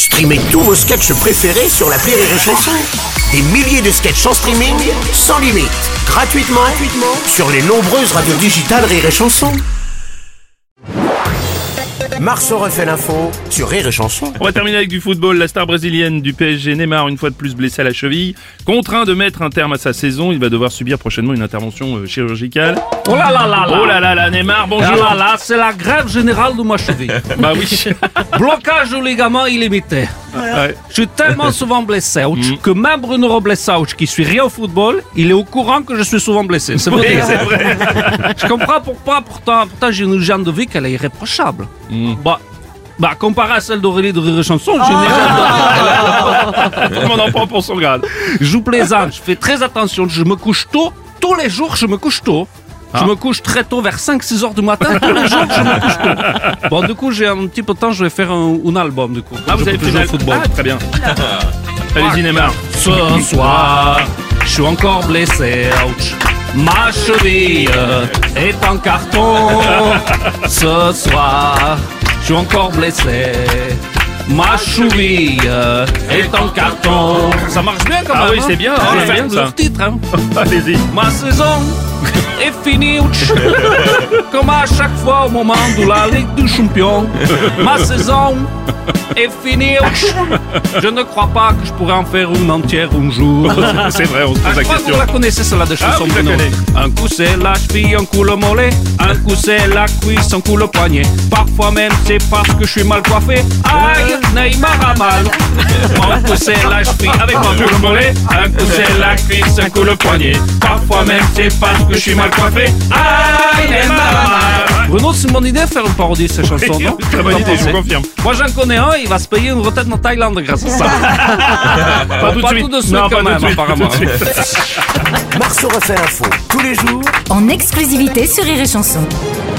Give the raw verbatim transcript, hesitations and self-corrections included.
Streamez tous vos sketchs préférés sur l'appli Rire et Chanson. Des milliers de sketchs en streaming, sans limite, gratuitement, gratuitement sur les nombreuses radios digitales Rire et Chanson. Marceau refait l'info sur Rire et Chanson. On va terminer avec du football. La star brésilienne du P S G, Neymar, une fois de plus blessé à la cheville, contraint de mettre un terme à sa saison. Il va devoir subir prochainement une intervention euh, chirurgicale. Oh là là là là. Oh là là là, Neymar, bonjour. Ah là là, c'est la grève générale de ma cheville. Bah oui. Blocage du ligament illimité. Ouais. Je suis tellement souvent blessé ouch, que même Bruno Robles ouch, qui suit rien au football, il est au courant que je suis souvent blessé. C'est vrai. Oui, c'est vrai. Je comprends pourquoi, pourtant, pourtant j'ai une hygiène de vie qu'elle est irréprochable. Mm. Bah, bah, comparé à celle d'Aurélie de Rire et Chanson, j'ai une hygiène de vie. Tout le monde en prend pour son grade. Je vous plaisante, je fais très attention, je me couche tôt, tous les jours je me couche tôt. Je Ah. me couche très tôt, vers cinq six heures du matin, tous les jours je me couche tôt. Bon, du coup, j'ai un petit peu de temps, je vais faire un, un album, du coup. Ah, vous Je avez peux fait jouer le au football. Ah, très bien. Allez-y, Neymar. Ce soir, je suis encore blessé, ouch. Ma cheville est en carton. Ce soir, je suis encore blessé. Ma cheville est en carton. Ça marche bien quand Ah même. oui, hein. c'est bien, Ah, c'est c'est bien, un ça. leur titre, hein. Allez-y. Ma saison est finie, ouch. Comme à chaque fois au moment de la Ligue des Champions. Ma saison est finie, ouch. Je ne crois pas que je pourrais en faire une entière un jour. C'est vrai, on se Ah, pose je la crois que question. vous la connaissez, celle-là de Ah, chanson oui, je la Bruno. connais. Un coup c'est la cheville, un coup le mollet. Un coup c'est la cuisse, un coup le poignet. Parfois même c'est parce que je suis mal coiffé. Aïe, Neymar a mal. Un coup c'est la cheville avec un coup le mollet. Un coup c'est la cuisse, un coup le poignet. Parfois même c'est parce que je suis mal coiffé. Aïe, Neymar a mal. Bruno, c'est mon idée de faire une parodie de ces chansons, non? Très bonne T'en idée, je pensez? vous confirme. Moi j'en connais un, il va se payer une retraite en Thaïlande grâce à ça. Pas tout de Pas suite. tout de suite Non, quand pas tout de même, suite, apparemment. tout de suite. Marceau refait l'info tous les jours En exclusivité sur Rire et Chanson.